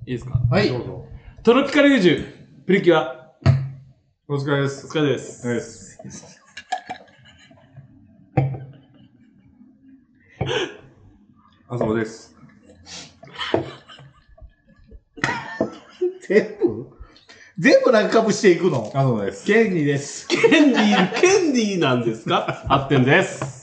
いいですか？ はい。 どうぞ。 トロピカル宇宙、プリキュア。 お疲れです。 お疲れです。 です。あそこです。 全部なんか被していくの？ あそこです。 ケンニーです。 ケンディーなんですか？あってんです。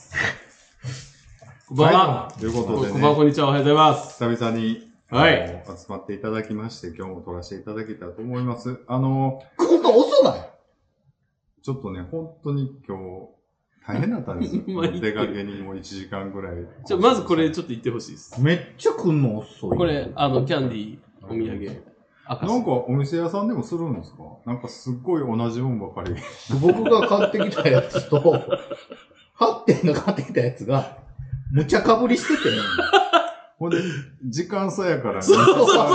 こんばんは。 ということでね。 こんばんは、こんにちは、おはようございます。 久々に、 はい。 集まっていただきまして、今日も撮らせていただけたらと思います。 こんな遅ない？ ちょっとね、本当に今日、大変だったんですよ。出かけにもう1時間ぐらい。 まずこれちょっと言ってほしいです。 めっちゃ来んの遅い。 これ、キャンディー、お土産。 なんかお店屋さんでもするんですか？なんかすっごい同じもんばかり。 僕が買ってきたやつと、8点が買ってきたやつが、むちゃかぶりしててね。 ほんで、時間差やからね。 そう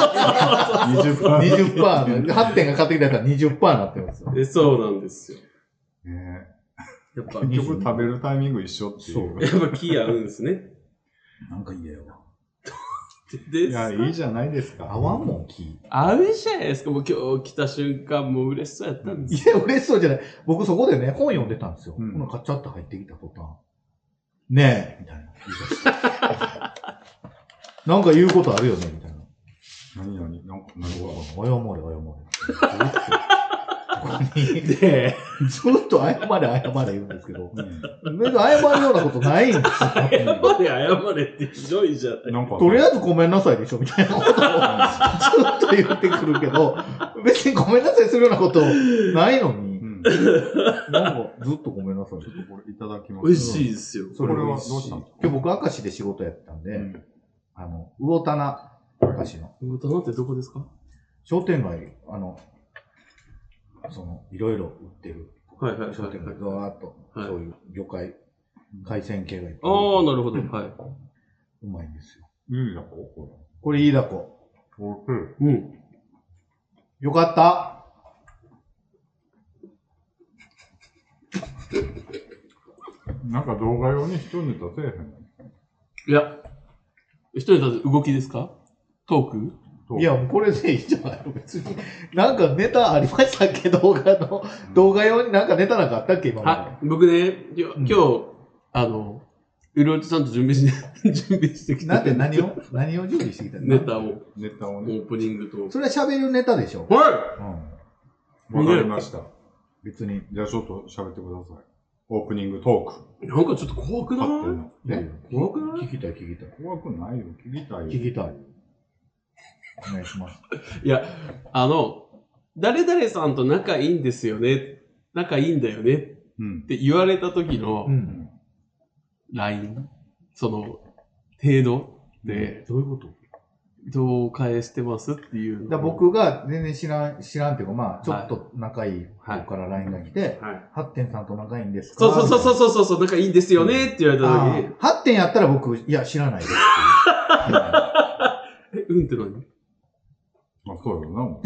20%。 20%。8点が買ってきたやつは 20% になってますよ。 そうなんですよ。 ね、 やっぱ、 結局食べるタイミング一緒っていう。 やっぱ気合うんですね。 なんか嫌やわ。 いや、いいじゃないですか。 合わんもん、気。 合うじゃないですか。もう今日来た瞬間、もう嬉しそうやったんですいや、嬉しそうじゃない。僕そこでね、本読んでたんですよ。 うん、 このカチャッと入ってきた途端。ねえ、みたいな。なんか言うことあるよね、みたいな。 何なんか、何謝れ。 で、 ずっと謝れ言うんですけど、謝るようなことないんですよ。 謝れってひどいじゃない。 とりあえずごめんなさいでしょみたいなことをずっと言ってくるけど、別にごめんなさいするようなことないのに、なんかずっとごめんなさい。 ちょっとこれいただきます。 美味しいですよ。 それはどうしたんですか？ 今日僕明石で仕事やってたんで、魚棚明石の。 魚棚ってどこですか？ 商店街、いろいろ売ってる。 はい。 商店街、ざーっと、そういう魚介、海鮮系がいっぱい。 ああ、なるほど。はい。 うまいんですよ。 いいだここれいいだこ。 うん。 よかった。 なんか動画用に一ネタせえへんの？ いや、一人だと動きですか？トーク？ いや、もうこれでいいじゃないの別に。なんかネタありましたっけ？動画用になんかネタなんかあったっけ今まで。 はい。僕ね、今日、うろちさんと準備してきた。 なんで何を準備してきたの？ ネタを。 ね。 オープニングと。 それは喋るネタでしょ？ はわかりました。 別に。 じゃあちょっと喋ってください。オープニングトーク。 なんかちょっと怖くない？怖くない？ 聞きたい。 怖くないよ。聞きたい。 お願いします。 いや、誰々さんと仲いいんですよね。仲いいんだよね。って言われた時の、LINE、その、程度で、 どういうこと？ どう返してますっていうの。 僕が全然知らんっていうか、まあ、ちょっと仲いい子から LINE が来て、ハッテンさんと仲いいんですか？ そう、仲いいんですよねって言われた時に。 ハッテンやったら僕、いや、知らないですっていう。 って何？ まあ、そうよな、もう。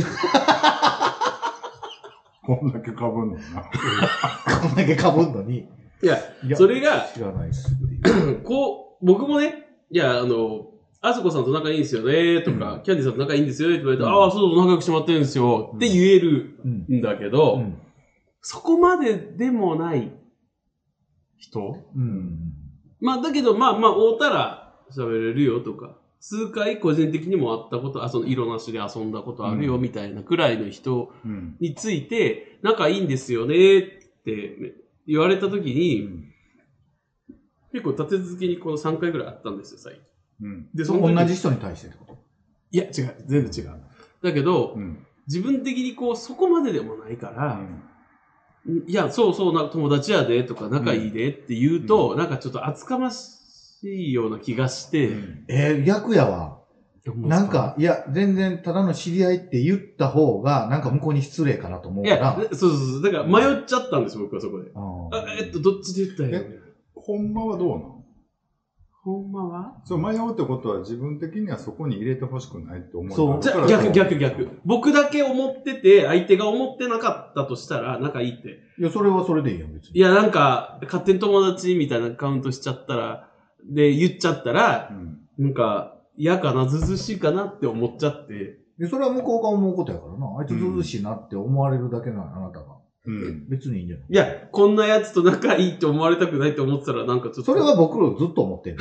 こんだけ被んのにな。 こんだけ被んのに。 いや、それが、 知らないっすっていう。 僕もね、いや、あそこさんと仲いいんですよね、とか、キャンディーさんと仲いいんですよね、って言われたら、ああ、そう仲良くしてもらってるんですよ、って言えるんだけど、そこまででもない人、まあ、だけど、まあ、会うたら喋れるよとか、数回個人的にも会ったこと、色なしで遊んだことあるよ、みたいなくらいの人について、仲いいんですよね、って言われたときに、結構立て続けにこの3回ぐらいあったんですよ、最近。 で、同じ人に対してってこと？ いや、違う。全部違う。だけど、自分的にそこまででもないから、いや、そう友達やでとか仲いいでって言うと、なんかちょっと厚かましいような気がして。 逆やわ。なんか、いや、全然ただの知り合いって言った方が、なんか向こうに失礼かなと思うから。 いや、そう。だから迷っちゃったんです、僕はそこで。どっちで言ったらいいの？ ほんまはどうなの？ ほんまは？ そう、迷うってことは自分的にはそこに入れてほしくないって思う。 そう。じゃあ逆。僕だけ思ってて、相手が思ってなかったとしたら、仲いいって。 いや、それはそれでいいよ、別に。 いや、なんか、勝手に友達みたいなカウントしちゃったら、で、言っちゃったら、なんか、嫌かな、ずずしいかなって思っちゃって、 で、それは向こうが思うことやからな。あいつずうずしいなって思われるだけなの、あなたが。別にいいんじゃない？ いや、こんなやつと仲いいって思われたくないって思ってたらなんかちょっと。 それは僕らずっと思ってんの。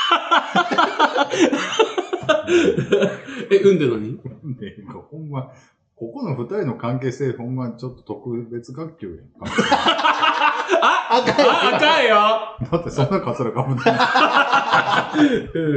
うんで何？ ほんま、ここの二人の関係性、ほんまちょっと特別学級やんか。 赤いよだってそんなカツラかぶってない。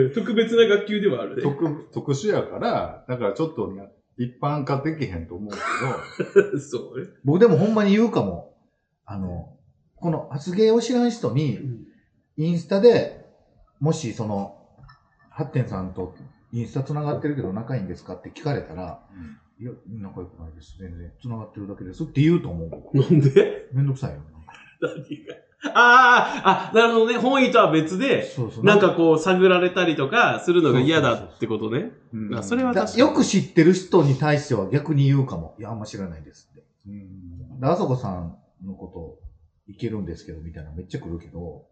特別な学級ではあるね。 特殊やから、だからちょっとね、一般化できへんと思うけど。 そうね。 僕でもほんまに言うかも。この発言を知らん人に、インスタで、もしその、ハッテンさんとインスタ繋がってるけど仲いいんですかって聞かれたら、いや、仲良くないです。全然。繋がってるだけですって言うと思う。 なんで？ めんどくさいよ。 何が？なるほどね。本意とは別で、なんかこう探られたりとかするのが嫌だってことね。それは確かに。 よく知ってる人に対しては逆に言うかも。いや、あんま知らないですって。あそこさんのこといけるんですけど、みたいなめっちゃ来るけど。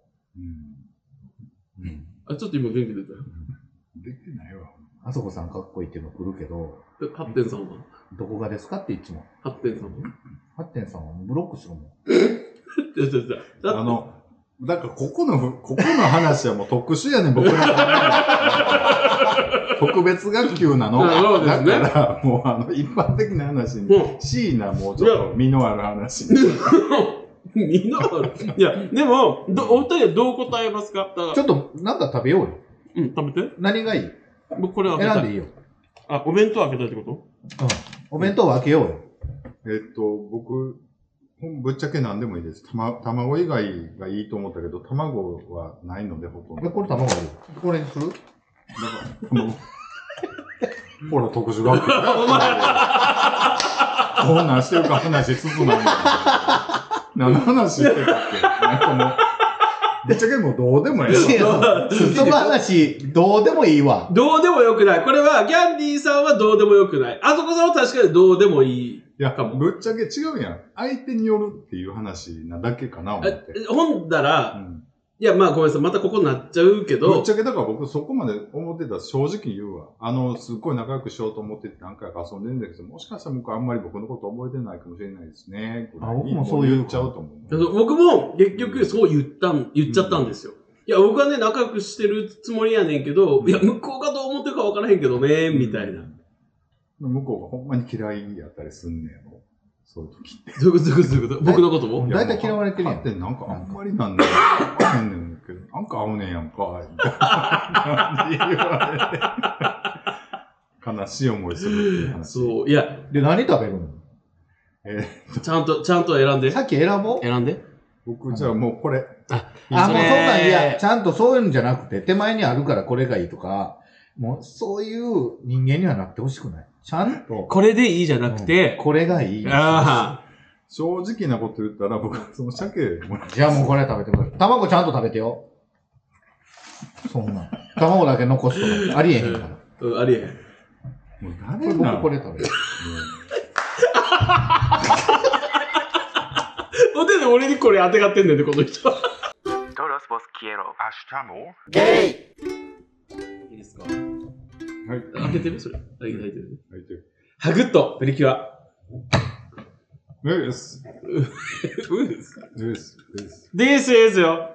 ちょっと今元気出たよ。 できてないわ。 あそこさんかっこいいっていうの来るけど。 ハッテンさんはどこがですかっていつも。 ハッテンさんはハッテンさんはブロックするもん。 だからここの話はもう特殊やねん、僕の。特別学級なの。だから、もう一般的な話に、椎名もうちょっと身のある話に。 身のある。いや、でも、お二人はどう答えますか？ ちょっと、なんか食べようよ。 食べて。 何がいい？ 僕これ選んでいいよ。 お弁当開けたいってこと？ お弁当は開けようよ。 僕、ぶっちゃけ何でもいいです。卵以外がいいと思ったけど、卵はないので、ほとんど。 これ卵ある？これにする？ ほら、特殊学級。お前こんなんしてるか話進まない。何の話してたっけ？なんかもう、ぶっちゃけもうどうでもいいわ。 その話、どうでもいいわ。 どうでもよくない。これは、ギャンディーさんはどうでもよくない。あそこさんは確かにどうでもいい。 いや、ぶっちゃけ違うやん。相手によるっていう話なだけかな、思って。 ほんだら、いや、まあごめんなさい。またここになっちゃうけど。 ぶっちゃけだから僕そこまで思ってたら正直言うわ。すっごい仲良くしようと思ってて何回か遊んでるんだけど、もしかしたら僕あんまり僕のこと覚えてないかもしれないですね。 僕もそう言っちゃうと思う。僕も結局そう言っちゃったんですよ。いや、僕はね、仲良くしてるつもりやねんけど、いや、向こうがどう思ってるか分からへんけどね、みたいな。 向こうがほんまに嫌いやったりすんねやろ。そういう時って。 どういうこと僕のことも大体嫌われてるやん。 ってなんかあんまりなんだよ。分かんねんけど、なんか合うねんやんか。言われて。悲しい思いするっていう話。 そう、いや。 で、何食べるの？ ちゃんと選んで。 さっき選ぼう。 選んで。 僕、じゃあもうこれ。 もうそんなんいや、ちゃんとそういうんじゃなくて、手前にあるからこれがいいとか、もうそういう人間にはなってほしくない。ちゃんと。 これでいいじゃなくて、 これがいい。 正直なこと言ったら、僕、その鮭もらじゃあもうこれ食べてください。卵ちゃんと食べてよ。そんな。卵だけ残すとかありえへんから。 ありえへん。 もう誰なこれ食べる。 お手で俺にこれ当てがってんねんで、この人。 Todos vos quiero. Hasta mo. ゲいいですか？ はい。 開けてるそれ。開いてる。 開いてる。 ハグッと、プリキュア。 です。 ですよ。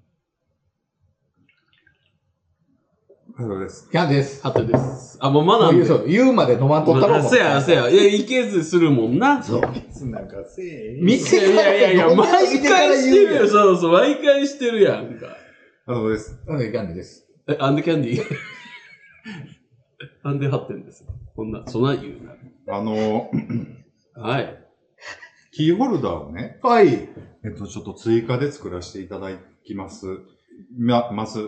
です。 キャンです。 ハトです。もう学んで。 言うまで飲まんとったろ。 せや。いや、いけずするもんな。 そう。 なんかせえ。 いや、毎回してるよ。そう、毎回してるやんか。 です。 キャンディです。 アンデキャンディー。アンデハッテンです。そんな言うな。 はい。キーホルダーをね。 はい。 ちょっと追加で作らせていただきます。ま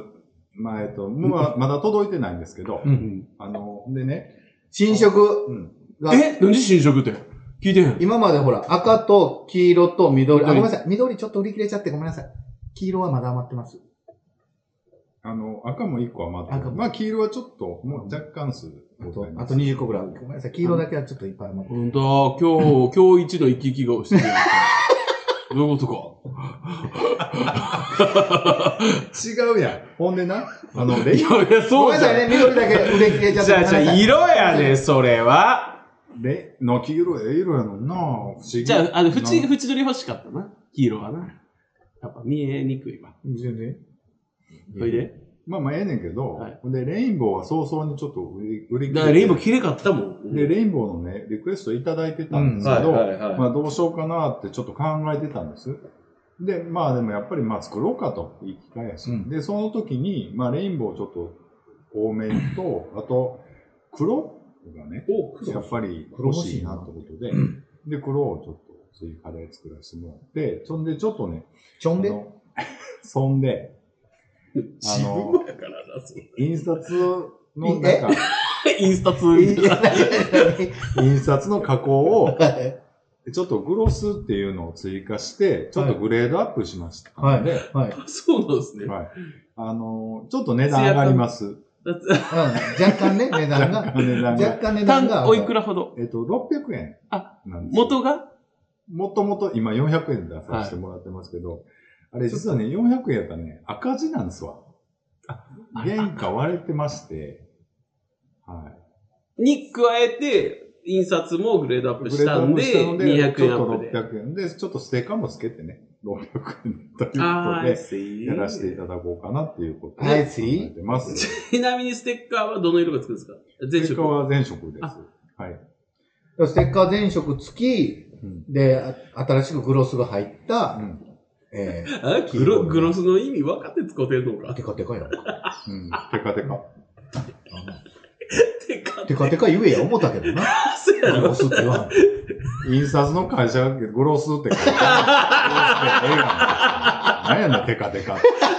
だ届いてないんですけど。でね。 新色が。何新色って？聞いてへん。 今までほら、赤と黄色と緑。ごめんなさい。緑ちょっと売り切れちゃってごめんなさい。黄色はまだ余ってます。 赤も1個余ってる。黄色はちょっと、もう若干数。 あと20個ぐらい。ごめんなさい。黄色だけはちょっといっぱい余ってる。 ほんと、今日一の生き生きがしてるやんか。 どういうことか。 違うやん。ほんでな、 いや、そうじゃん。 ごめんなさいね、緑だけ売れ切れちゃった。 じゃあ、色やね、それは。 黄色、色やのにな、不思議。 じゃあ、縁取り欲しかったな。黄色はな。やっぱ見えにくいわ。 全然。 それでまあ、ええねんけど、 はいで、レインボーは早々にちょっと売り切れて。 だからレインボー綺麗かったもん。 で、レインボーのね、リクエストいただいてたんですけど、 はい。 まあ、どうしようかなってちょっと考えてたんです。で、まあでもやっぱりまあ作ろうかと、いい機会やし。で、その時に、まあレインボーちょっと多めと、あと、黒がね、やっぱり欲しいなってことで、で、黒をちょっと追加で作らせてもらって、そんでちょっとね、そんで、 自分もやからな、それ。 印刷のなんか、 印刷印刷の加工を、ちょっとグロスっていうのを追加して、ちょっとグレードアップしましたので、 そうなんですね。 はい。ちょっと値段上がります。 若干ね、値段が。若干値段が。 おいくらほど 600円。 なんです。元がもともと今400円出させてもらってますけど、あれ実はね、400円やったらね、赤字なんですわ。原価割れてまして、はい。 に加えて、印刷もグレードアップしたんで、200円アップで。 ちょっと600円で、ちょっとステッカーもつけてね、600円ということで、やらせていただこうかなっていうことで考えてます。 ちなみにステッカーはどの色がつくんですか？全色。 ステッカーは全色です。はい。 ステッカー全色付き、で、新しくグロスが入った、 グロスの意味分かって使ってるのか？ テカテカやんか。 テカテカ。 テカテカ言えや思ったけどな。 そうやろ。 グロスって言わん。 印刷の会社がグロスって書いてある。何やねん、テカテカ。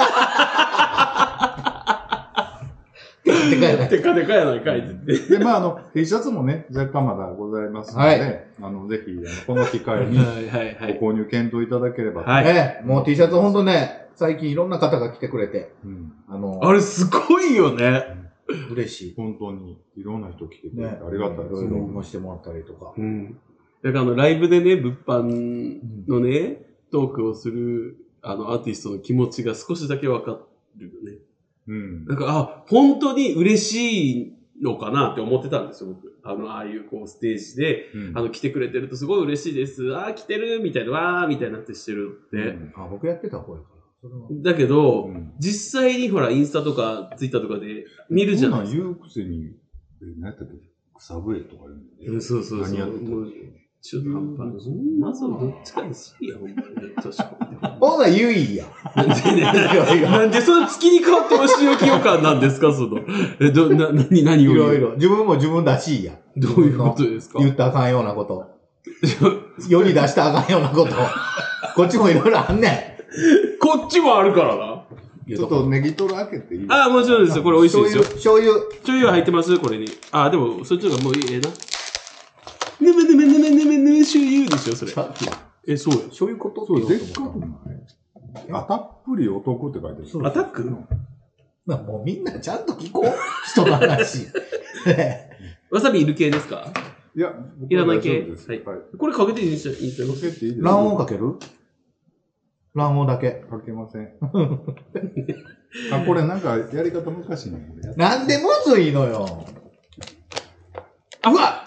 テカテカやないかいって。 で、まあ、T シャツもね、若干まだございますので、ぜひ、この機会に、ご購入検討いただければと。 もう T シャツほんとね、最近いろんな方が来てくれて。 あれすごいよね。 嬉しい。 本当に、いろんな人来てくれて、ありがたいです。 いろいろもしてもらったりとか。 だからライブでね、物販のね、トークをする、アーティストの気持ちが少しだけわかるよね。なんか、本当に嬉しいのかなって思ってたんですよ、僕。ああいうステージで、来てくれてるとすごい嬉しいです。来てるみたいな、わーみたいになってしてるって。 僕やってた方やから。 だけど、実際にほら、インスタとかツイッターとかで見るじゃないですか。 言うくせに、何やったっけ、草笛とか言うんで。 そう。 何やってたっ中途半端な。そんなどっちかにしいや、ほんまに。 ほな、ゆいや。 なんでその月に変わっても使用期間なんですか、その。何を。 いろいろ。自分も自分らしいや。 どういうことですか？ 言ったらあかんようなこと。世に出したらあかんようなこと。こっちもいろいろあんねん。 こっちもあるからな。 ちょっとネギトロ開けていい？ もちろんですよ。これ美味しいですよ。 醤油入ってますこれに。でも、そっちの方がもういいな。ね醤油でしょ、それ。そうや。 そういうことそう、でっかくない？たっぷりお得って書いてる。 アタック？ もうみんなちゃんと聞こう。人の話。 わさびいる系ですか？ いや、 いらない系。はい。これかけていいんですよ。 卵黄かける？卵黄だけ。 かけません。これなんかやり方難しいね。 なんでむずいのよ。 うわ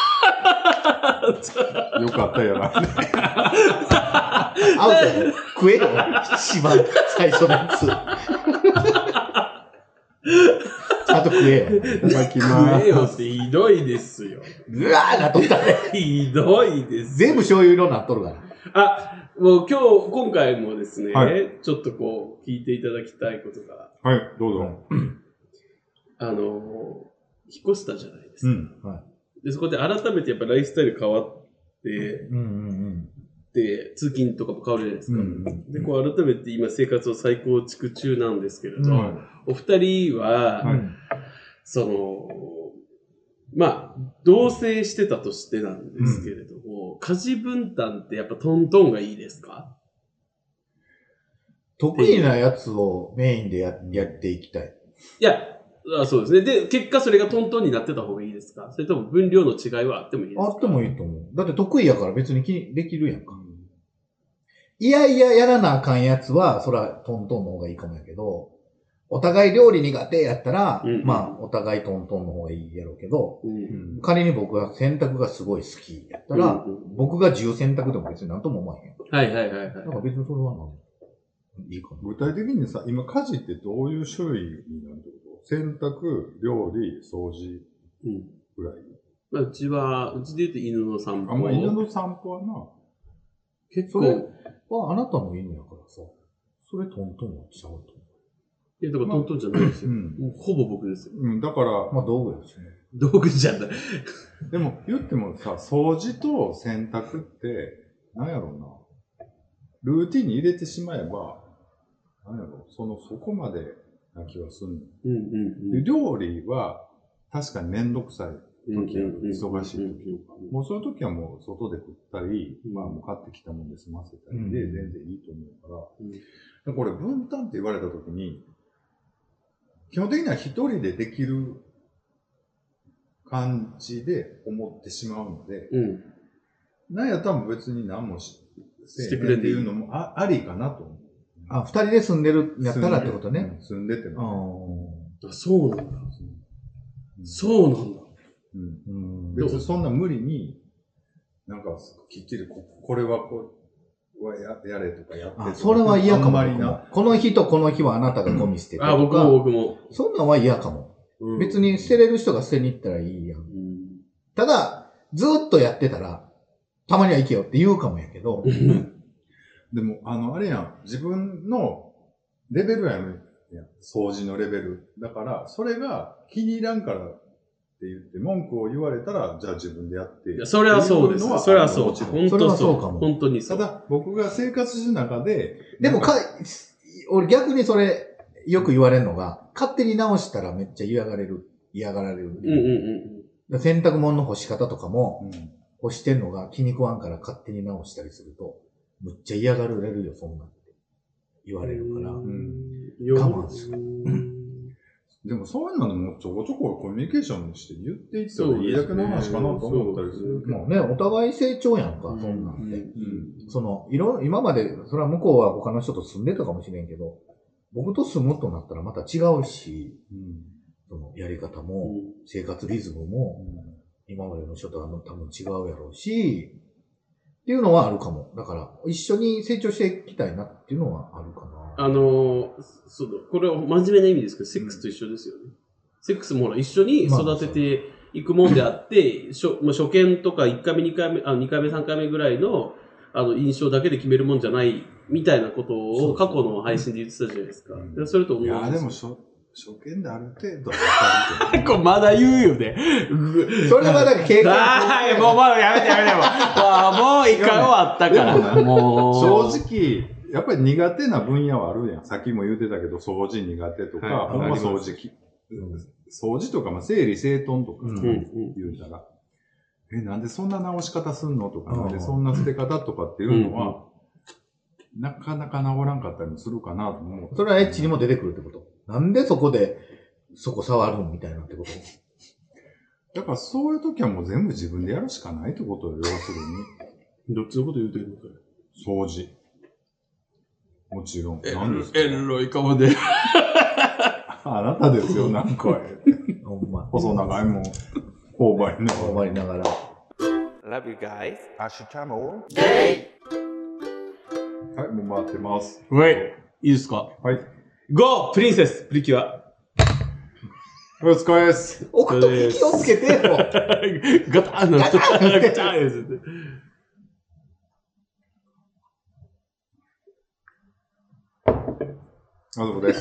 よかったよな。 アウト。食えよ。一番最初のやつ。ちゃんと食えよ。 いただきます。 食えよってひどいですよ。 うわーなっとったね。 ひどいです。 全部醤油色になっとるから。 もう今回もですね、ちょっと聞いていただきたいことが。 はい、どうぞ。 引っ越したじゃないですか。で、そこで改めてやっぱライフスタイル変わって、で、通勤とかも変わるじゃないですか。で、改めて今生活を再構築中なんですけれど、お二人は、同棲してたとしてなんですけれども、家事分担ってやっぱトントンがいいですか？ 得意なやつをメインでやっていきたい。 いや、そうですね。で、結果それがトントンになってた方がいいですか？それとも分量の違いはあってもいいですか？ あってもいいと思う。だって得意やから別にできるやんか。 いやいややらなあかんやつは、そらトントンの方がいいかもやけど、お互い料理苦手やったら、まあ、お互いトントンの方がいいやろうけど、仮に僕が洗濯がすごい好きやったら、僕が10洗濯でも別になんとも思わへん。 はいはいはいはい。 なんか別にそれはいいかな。 具体的にさ、今家事ってどういう種類になるってこと？洗濯、料理、掃除ぐらい。 まあ、うちで言うと犬の散歩。 まあ、犬の散歩はな。 結構。 それはあなたの犬やからさ、それトントンはちゃうと。 いや、だからトントンじゃないですよ。もうほぼ僕ですよ。 だから。 まあ道具ですね。 道具じゃない。 でも、言ってもさ、掃除と洗濯って、なんやろうな。ルーティンに入れてしまえば、なんやろう、そこまでな気はするの。で、料理は、確かにめんどくさい時ある。忙しい時とか。もうそういう時はもう外で食ったり、まあもう買ってきたもんで済ませたりで、全然いいと思うから。これ分担って言われた時に、基本的には一人でできる感じで思ってしまうので、なんやったら別に何もしてくれっていうのもありかなと思う。 あ、二人で住んでるんやったらってことね。 住んでても。 そうなんだ。そうなんだ。 別にそんな無理に、なんかきっちりこれはやれとかやって。 それは嫌かも。この日とこの日はあなたがゴミ捨ててとか。 僕も。 そんなんは嫌かも。別に捨てれる人が捨てに行ったらいいやん。ただ、ずっとやってたら、たまには行けよって言うかもやけど。 でも、あれやん、自分のレベルやん、掃除のレベル。だから、それが気に入らんからって言って、文句を言われたら、じゃあ自分でやって。 それはそうです。それはそう。本当そうかも。 本当にそう。 ただ、僕が生活する中で、 でも俺逆にそれ、よく言われるのが、勝手に直したらめっちゃ嫌がられる。洗濯物の干し方とかも、干してんのが気に食わんから勝手に直したりすると、むっちゃ嫌がられるよ、そんなんって言われるから、我慢する。 でもそういうのもちょこちょこコミュニケーションして言っていったらいいだけの話かなと思ったりする。 まあね、お互い成長やんか、そんなんて。今まで、それは向こうは他の人と住んでたかもしれんけど、僕と住むとなったらまた違うし、そのやり方も、生活リズムも、今までの人とは多分違うやろうし、っていうのはあるかも。だから、一緒に成長していきたいなっていうのはあるかな。 これは真面目な意味ですけど、セックスと一緒ですよね。セックスもほら、一緒に育てていくもんであって、初見とか1回目、2回目、2回目、3回目ぐらいの、印象だけで決めるもんじゃない、みたいなことを過去の配信で言ってたじゃないですか。それと思うんです。 いや、でも初見である程度はこれまだ言うよね。 それはなんか経験。 はい、もうまだやめて。もう一回終わったから。もう。正直、やっぱり苦手な分野はあるやん。さっきも言ってたけど、掃除苦手とか、ほんま掃除とか、まあ、整理整頓とか、言うたら、なんでそんな直し方すんのとか、なんでそんな捨て方とかっていうのは、なかなか直らんかったりもするかなと思う。 それはエッチにも出てくるってこと？なんでそこ触るんみたいなってこと？ だからそういう時はもう全部自分でやるしかないってことよ、要するに。どっちのこと言うてるのか。 掃除。もちろん。 何ですか？エロいかもね。 あなたですよ、なんか。 ほんま。 細長いもん。頬張りながら。 頬張りながら。 Love you guys. アシュチャモはい、もう回ってます。 はい。いいですか？ はい。 ゴープリンセスプリキュア。 お疲れです。 置くとき気をつけてよ。 ガタンのガタンです。 あそこです。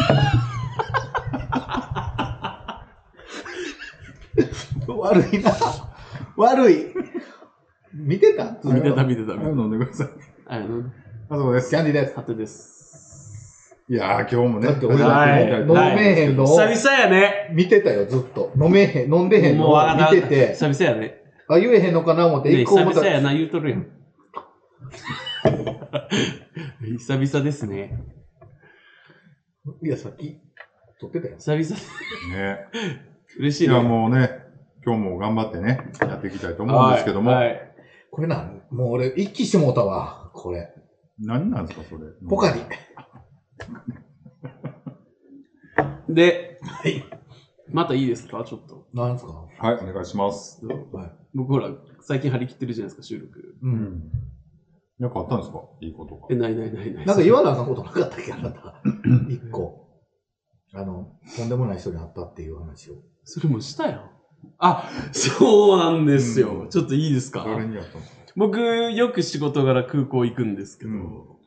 悪いな。悪い。見てた。 見てた。 飲んでください。 あそこです。 キャンディーです。 ハテです。 いやー、今日もね。 だって俺だって飲めへんの。 久々やね。 見てたよ、ずっと。飲んでへんのを見てて。 久々やね。 あ、言えへんのかな思って、 一個も。久々やな、言うとるやん。久々ですね。 いや、さっき、撮ってたよ。 久々。 ね。 嬉しいね。 いや、もうね、今日も頑張ってね、やっていきたいと思うんですけども。 これな、もう俺、一気してもうたわ、これ。 何なんですか、それ。 ポカリ。 で、またいいですかちょっと。 なんですか？ はい、お願いします。 はい。 僕ほら、最近張り切ってるじゃないですか、収録。 うん。 なんかあったんですか、いいことが。 ない。 なんか言わなあかんことなかったっけ、あなた。一個。とんでもない人に会ったっていう話を。 それもしたよ。あ、そうなんですよ。ちょっといいですか？ 誰にやったんですか？ 僕、よく仕事柄空港行くんですけど、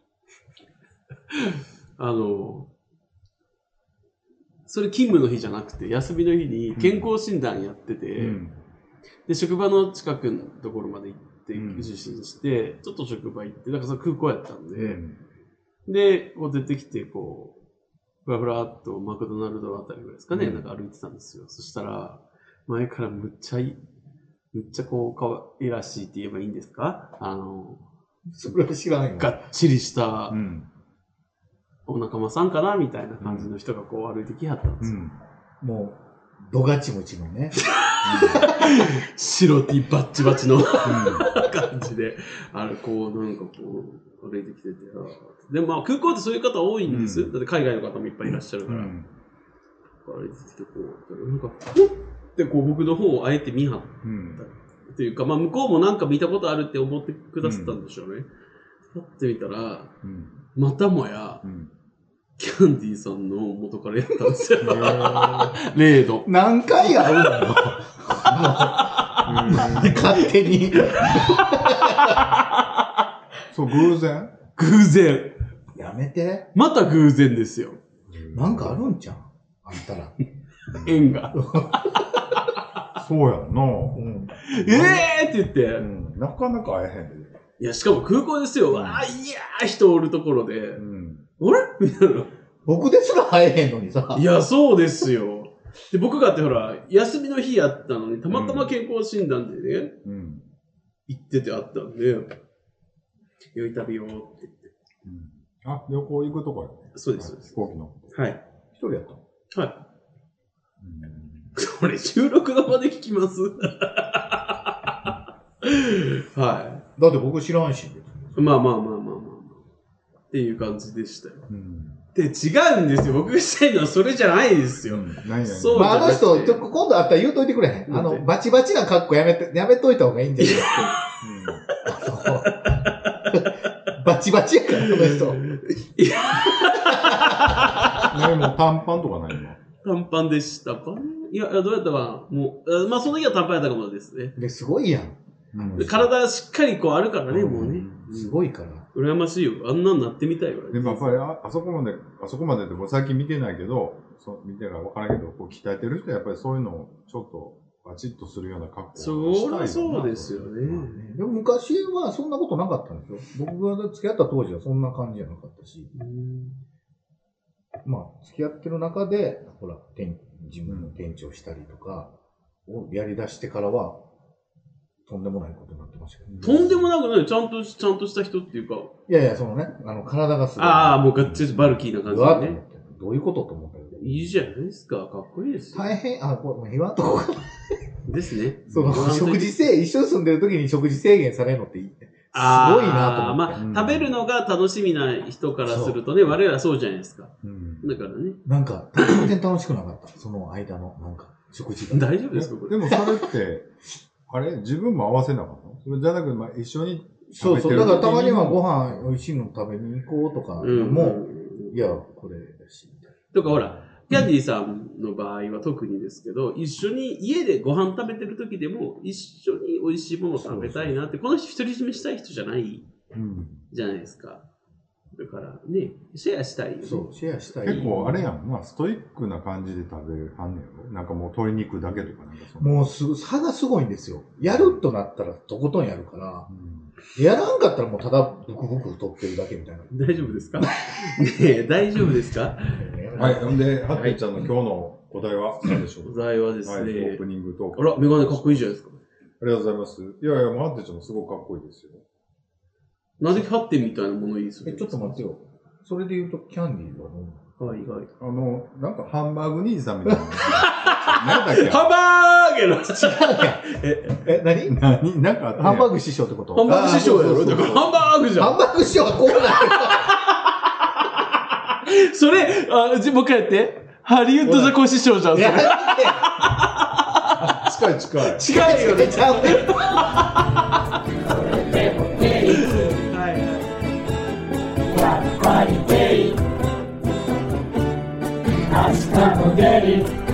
それ勤務の日じゃなくて、休みの日に健康診断やってて、で、職場の近くのところまで行って受診して、ちょっと職場行って、だからその空港やったんで、で、こう出てきて、こう、ふらふらっとマクドナルドあたりぐらいですかね、なんか歩いてたんですよ。そしたら、前からむっちゃこう、可愛らしいって言えばいいんですか？ それは知らんよ。 がっちりした、お仲間さんかなみたいな感じの人がこう歩いてきはったんですよ。 もう、ドガチムチのね。 白 T バッチバチの感じで、こう、なんかこう、歩いてきてて、で、まあ空港ってそういう方多いんです。だって海外の方もいっぱいいらっしゃるから。歩いてきて、こう、なんか、ふってこう僕の方をあえて見はった。っていうか、まあ向こうもなんか見たことあるって思ってくださったんでしょうね。パッて見たら、またもや、キャンディーさんの元からやったんですよ。0度。 何回会うのよ。勝手に。 そう、偶然？ 偶然。 やめて。 また偶然ですよ。 なんかあるんちゃうあんたら。 縁が。 そうやんな。 って言って。 なかなか会えへんで。 いや、しかも空港ですよ。いやー、人おるところで。あれみたいな。 僕ですら会えへんのにさ。 いや、そうですよ。で、僕がってほら、休みの日やったのに、たまたま健康診断でね、行っててあったんで、良い旅をって言って。 あ、旅行行くとこやね。 そうです、そうです。 飛行機の。 はい。 一人やったの？ はい。これ収録の場で聞きますはい。 だって僕知らんし。 まあ。っていう感じでしたよ。で、違うんですよ。僕がしたいのはそれじゃないですよ。 そう。まあ、人、今度あったら言うといてくれへん。バチバチな格好やめといた方がいいんじゃないですか。バチバチやから、この人。 もう短パンとかないの？ 短パンでしたか？いや、どうやったかなもう、まあ、その時は短パンやったかもですね。 すごいやん。 体しっかりこうあるからね、もうね。 すごいから。 羨ましいよ。あんなんなってみたいわ。 でもやっぱりあそこまでってもう最近見てないけど、見てるから分からんけど、こう鍛えてる人はやっぱりそういうのをちょっとバチッとするような格好をしたいよな。 そうですよね。 でも昔はそんなことなかったんですよ。僕が付き合った当時はそんな感じじゃなかったし。まあ、付き合ってる中で、ほら、自分の店長したりとかをやり出してからは、とんでもないことになってましたけど、 とんでもなくないちゃんとした人っていうか。 いやいや、そのね、体がすごい。 ああ、もうがっちりバルキーな感じでね。 どういうことと思ったけど。 いいじゃないですか。かっこいいですよ。 大変、これ、言わんとこですね。 その、一緒に住んでる時に食事制限されるのってすごいなと思って。 まあ、食べるのが楽しみな人からするとね、我々はそうじゃないですか。だからね。 なんか、全然楽しくなかった。その間の、なんか、食事が。 大丈夫ですかこれ。 でもそれって、あれ自分も合わせなかったの？それじゃなくて、まあ、一緒にそうそう。だからたまにはご飯美味しいの食べに行こうとかも、いや、これだし。 とかほら、キャンディーさんの場合は特にですけど、一緒に家でご飯食べてる時でも、一緒に美味しいものを食べたいなって、この人独り占めしたい人じゃないじゃないですか。だからね、シェアしたいよね。 そう、シェアしたい。 結構あれやん。まあ、ストイックな感じで食べはんねんよ。なんかもう鶏肉だけとかなんかもう差がすごいんですよ。やるとなったらとことんやるから、やらんかったらもうただブクブク太ってるだけみたいな。 大丈夫ですかねえ、大丈夫ですかはい。ほんで、ハッピーちゃんの今日のお題は何でしょう？ お題はですね、 はい、オープニングトーク。 あら、メガネかっこいいじゃないですか。 ありがとうございます。いやいや、ハッピーちゃんもすごくかっこいいですよ。 なぜハッテンみたいなものいいですよね。 ちょっと待ってよ。それで言うと、キャンディーははいはい。 なんかハンバーグ兄さんみたいな。なんだっけハンバーグの何なんかあったやんハンバーグ師匠ってこと？ ハンバーグ師匠やろ。 そうそうそうだからハンバーグじゃん。 ハンバーグ師匠はこうなる。 それ、もう一回やって。ハリウッドザコシショウじゃん、それ。 やめて。 近い近い。 近いよね。 ちゃうね。 はいはい。 明日も出る